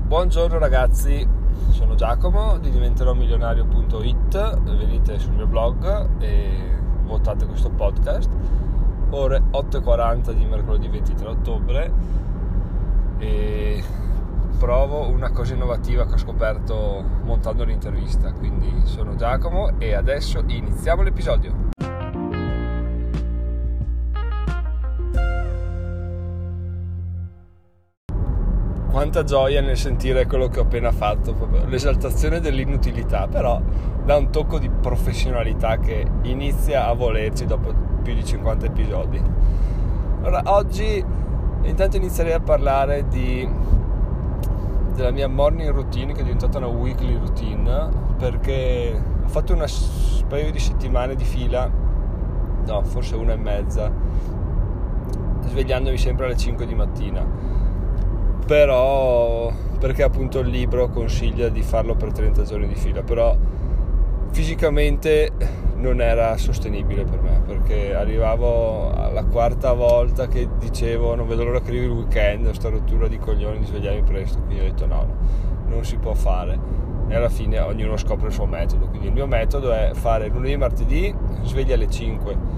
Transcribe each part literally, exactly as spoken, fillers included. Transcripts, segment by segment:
Buongiorno ragazzi, sono Giacomo di diventerò milionario punto it, venite sul mio blog e votate questo podcast. Ore otto e quaranta di mercoledì ventitré ottobre e provo una cosa innovativa che ho scoperto montando l'intervista. Quindi sono Giacomo e adesso iniziamo l'episodio. Quanta gioia nel sentire quello che ho appena fatto, proprio l'esaltazione dell'inutilità, però dà un tocco di professionalità che inizia a volerci dopo più di cinquanta episodi. Allora, oggi intanto inizierei a parlare di della mia morning routine, che è diventata una weekly routine, perché ho fatto una un paio di settimane di fila, no, forse una e mezza, svegliandomi sempre alle cinque di mattina. Però perché appunto il libro consiglia di farlo per trenta giorni di fila, però fisicamente non era sostenibile per me, perché arrivavo alla quarta volta che dicevo non vedo l'ora che arrivi il weekend, sta rottura di coglioni di svegliarmi presto, quindi ho detto no, no, non si può fare, e alla fine ognuno scopre il suo metodo. Quindi il mio metodo è fare lunedì e martedì sveglia alle cinque.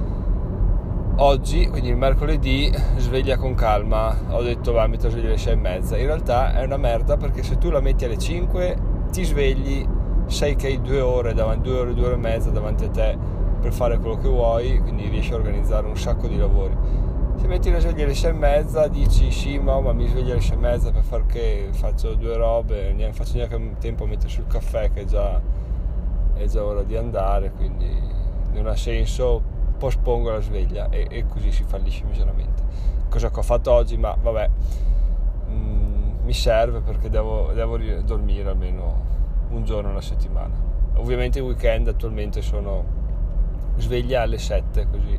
Oggi, quindi il mercoledì, sveglia con calma, ho detto va, metto la sveglia alle sei e mezza. In realtà è una merda, perché se tu la metti alle cinque ti svegli, sai che hai due ore, davanti, due ore, due ore e mezza davanti a te per fare quello che vuoi, quindi riesci a organizzare un sacco di lavori. Se metti la sveglia alle sei e mezza dici sì, ma, ma mi sveglio alle sei e mezza per far che faccio due robe, non faccio neanche tempo a mettere sul caffè che è già, è già ora di andare, quindi non ha senso, pospongo la sveglia e, e così si fallisce miseramente. Cosa che ho fatto oggi, ma vabbè, mh, mi serve perché devo, devo dormire almeno un giorno alla settimana. Ovviamente i weekend attualmente sono sveglia alle sette, così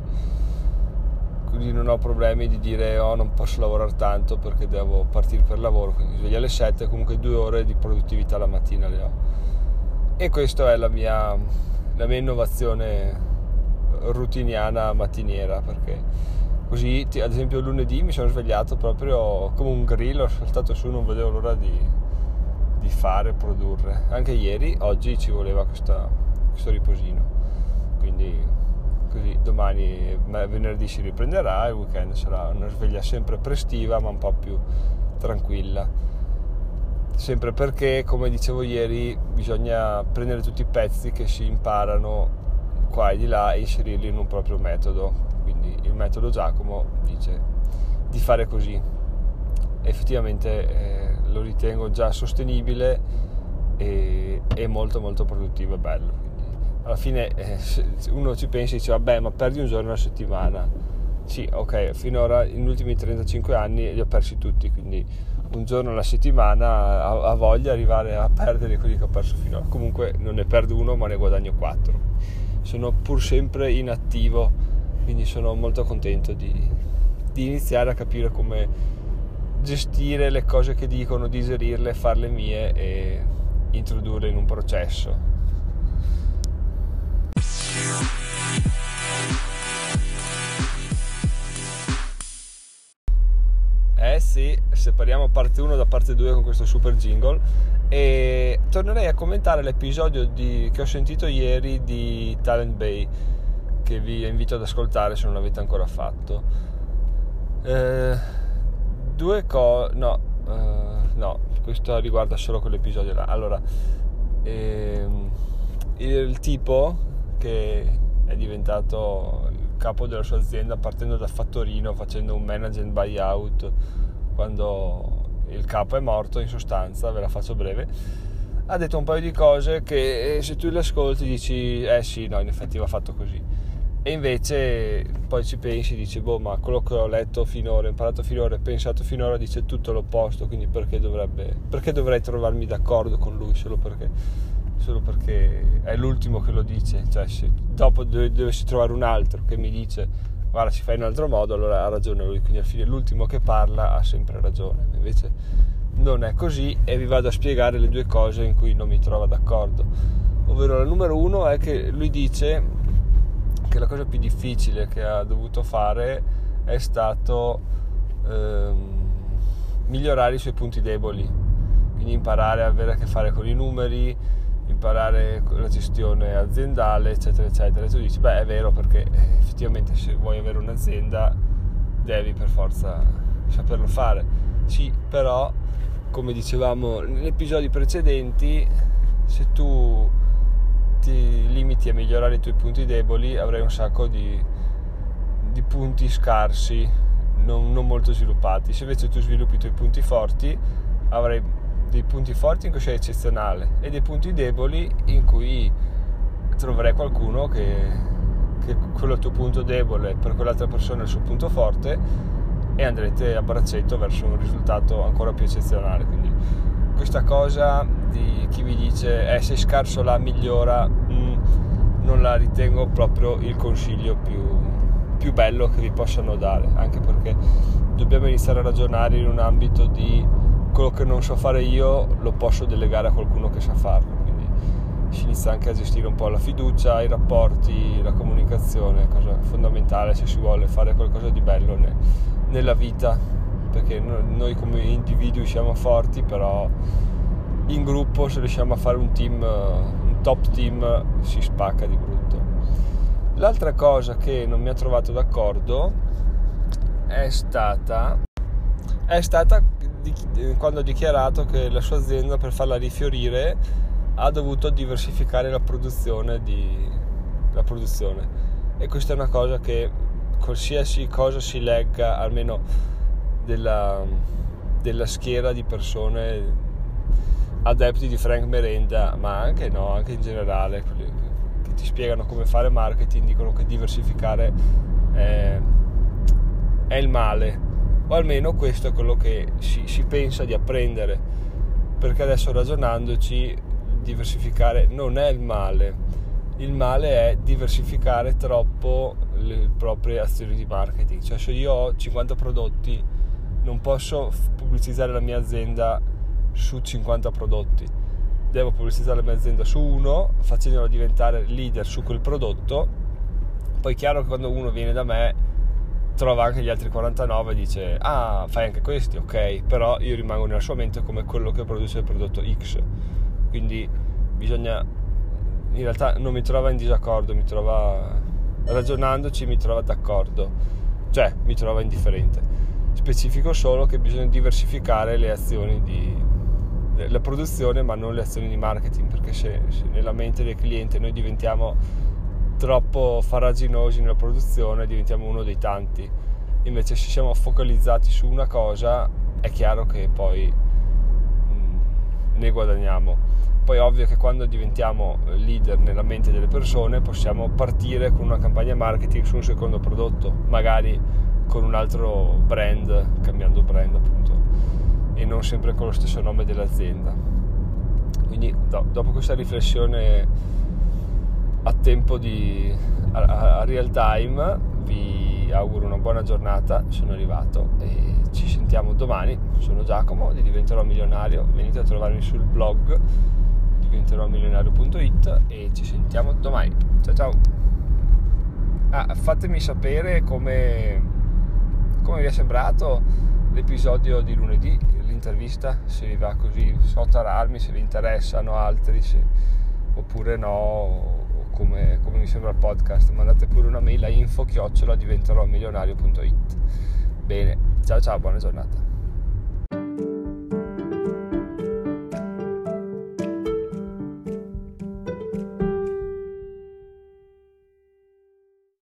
così non ho problemi di dire oh non posso lavorare tanto perché devo partire per lavoro, quindi sveglia alle sette, comunque due ore di produttività la mattina le ho, e questa è la mia, la mia innovazione routiniana mattiniera, perché così ad esempio lunedì mi sono svegliato proprio come un grillo, ho saltato su, non vedevo l'ora di, di fare, produrre. Anche ieri, oggi ci voleva questa, questo riposino, quindi così domani venerdì si riprenderà, il weekend sarà una sveglia sempre prestiva ma un po' più tranquilla, sempre perché, come dicevo ieri, bisogna prendere tutti i pezzi che si imparano qua e di là e inserirli in un proprio metodo. Quindi il metodo Giacomo dice di fare così, effettivamente eh, lo ritengo già sostenibile e, e molto molto produttivo e bello. Quindi alla fine eh, uno ci pensa e dice vabbè, ma perdi un giorno alla settimana. Sì, ok, finora negli ultimi trentacinque anni li ho persi tutti, quindi un giorno alla settimana ha, ha voglia di arrivare a perdere quelli che ho perso finora. Comunque non ne perdo uno ma ne guadagno quattro. Sono pur sempre in attivo, quindi sono molto contento di, di iniziare a capire come gestire le cose che dicono, digerirle, farle mie e introdurle in un processo. Eh sì, separiamo parte uno da parte due con questo super jingle. E tornerei a commentare l'episodio di, che ho sentito ieri di Talent Bay, che vi invito ad ascoltare se non l'avete ancora fatto. Eh, due cose, no, eh, no, questo riguarda solo quell'episodio là. Allora, ehm, il, il tipo che è diventato il capo della sua azienda partendo da fattorino, facendo un management buyout quando il capo è morto, in sostanza, ve la faccio breve, ha detto un paio di cose che se tu le ascolti dici eh sì, no, in effetti va fatto così, e invece poi ci pensi e dici boh, ma quello che ho letto finora, imparato finora e pensato finora dice tutto l'opposto, quindi perché dovrebbe perché dovrei trovarmi d'accordo con lui solo perché solo perché è l'ultimo che lo dice? Cioè, se dopo dovessi trovare un altro che mi dice guarda, si fa in un altro modo, allora ha ragione lui, quindi alla fine l'ultimo che parla ha sempre ragione. Invece non è così, e vi vado a spiegare le due cose in cui non mi trovo d'accordo. Ovvero, la numero uno è che lui dice che la cosa più difficile che ha dovuto fare è stato ehm, migliorare i suoi punti deboli. quindi imparare a avere a che fare con i numeri, imparare la gestione aziendale, eccetera eccetera. E tu dici, beh, è vero, perché effettivamente se vuoi avere un'azienda devi per forza saperlo fare. Sì, però come dicevamo negli episodi precedenti, se tu ti limiti a migliorare i tuoi punti deboli avrai un sacco di, di punti scarsi, non, non molto sviluppati. Se invece tu sviluppi i tuoi punti forti avrai dei punti forti in cui sei eccezionale e dei punti deboli in cui troverai qualcuno che, che quello è il tuo punto debole, per quell'altra persona è il suo punto forte, e andrete a braccetto verso un risultato ancora più eccezionale. Quindi questa cosa di chi vi dice eh, sei scarso là, migliora, mh, non la ritengo proprio il consiglio più, più bello che vi possano dare, anche perché dobbiamo iniziare a ragionare in un ambito di quello che non so fare io lo posso delegare a qualcuno che sa farlo, quindi si inizia anche a gestire un po' la fiducia, i rapporti, la comunicazione, cosa fondamentale se si vuole fare qualcosa di bello ne, nella vita, perché noi come individui siamo forti, però in gruppo se riusciamo a fare un team, un top team, si spacca di brutto. L'altra cosa che non mi ha trovato d'accordo è stata è stata quando ha dichiarato che la sua azienda, per farla rifiorire, ha dovuto diversificare la produzione di la produzione e questa è una cosa che qualsiasi cosa si legga, almeno della, della schiera di persone adepti di Frank Merenda, ma anche no, anche in generale, che ti spiegano come fare marketing, dicono che diversificare è, è il male, o almeno questo è quello che si, si pensa di apprendere, perché adesso ragionandoci diversificare non è il male, il male è diversificare troppo le proprie azioni di marketing. Cioè se io ho cinquanta prodotti non posso pubblicizzare la mia azienda su cinquanta prodotti, devo pubblicizzare la mia azienda su uno, facendolo diventare leader su quel prodotto. Poi è chiaro che quando uno viene da me trova anche gli altri quarantanove e dice ah, fai anche questi, ok, però io rimango nella sua mente come quello che produce il prodotto X, quindi bisogna, in realtà non mi trova in disaccordo, mi trova, ragionandoci mi trova d'accordo, cioè mi trova indifferente. Specifico solo che bisogna diversificare le azioni di la produzione, ma non le azioni di marketing, perché se, se nella mente del cliente noi diventiamo troppo farraginosi nella produzione diventiamo uno dei tanti. Invece se siamo focalizzati su una cosa è chiaro che poi mh, ne guadagniamo. Poi è ovvio che quando diventiamo leader nella mente delle persone possiamo partire con una campagna marketing su un secondo prodotto, magari con un altro brand, cambiando brand appunto, e non sempre con lo stesso nome dell'azienda. Quindi do, dopo questa riflessione a tempo di a, a real time vi auguro una buona giornata, sono arrivato e ci sentiamo domani. Sono Giacomo di Diventerò Milionario, venite a trovarmi sul blog diventerò milionario punto it e ci sentiamo domani. Ciao ciao. Ah, fatemi sapere come come vi è sembrato l'episodio di lunedì, l'intervista, se vi va così, so tararmi, se vi interessano altri, se, oppure no, come, come mi sembra il podcast. Mandate pure una mail a info chiocciola diventerò milionario punto it. Bene, ciao ciao, buona giornata.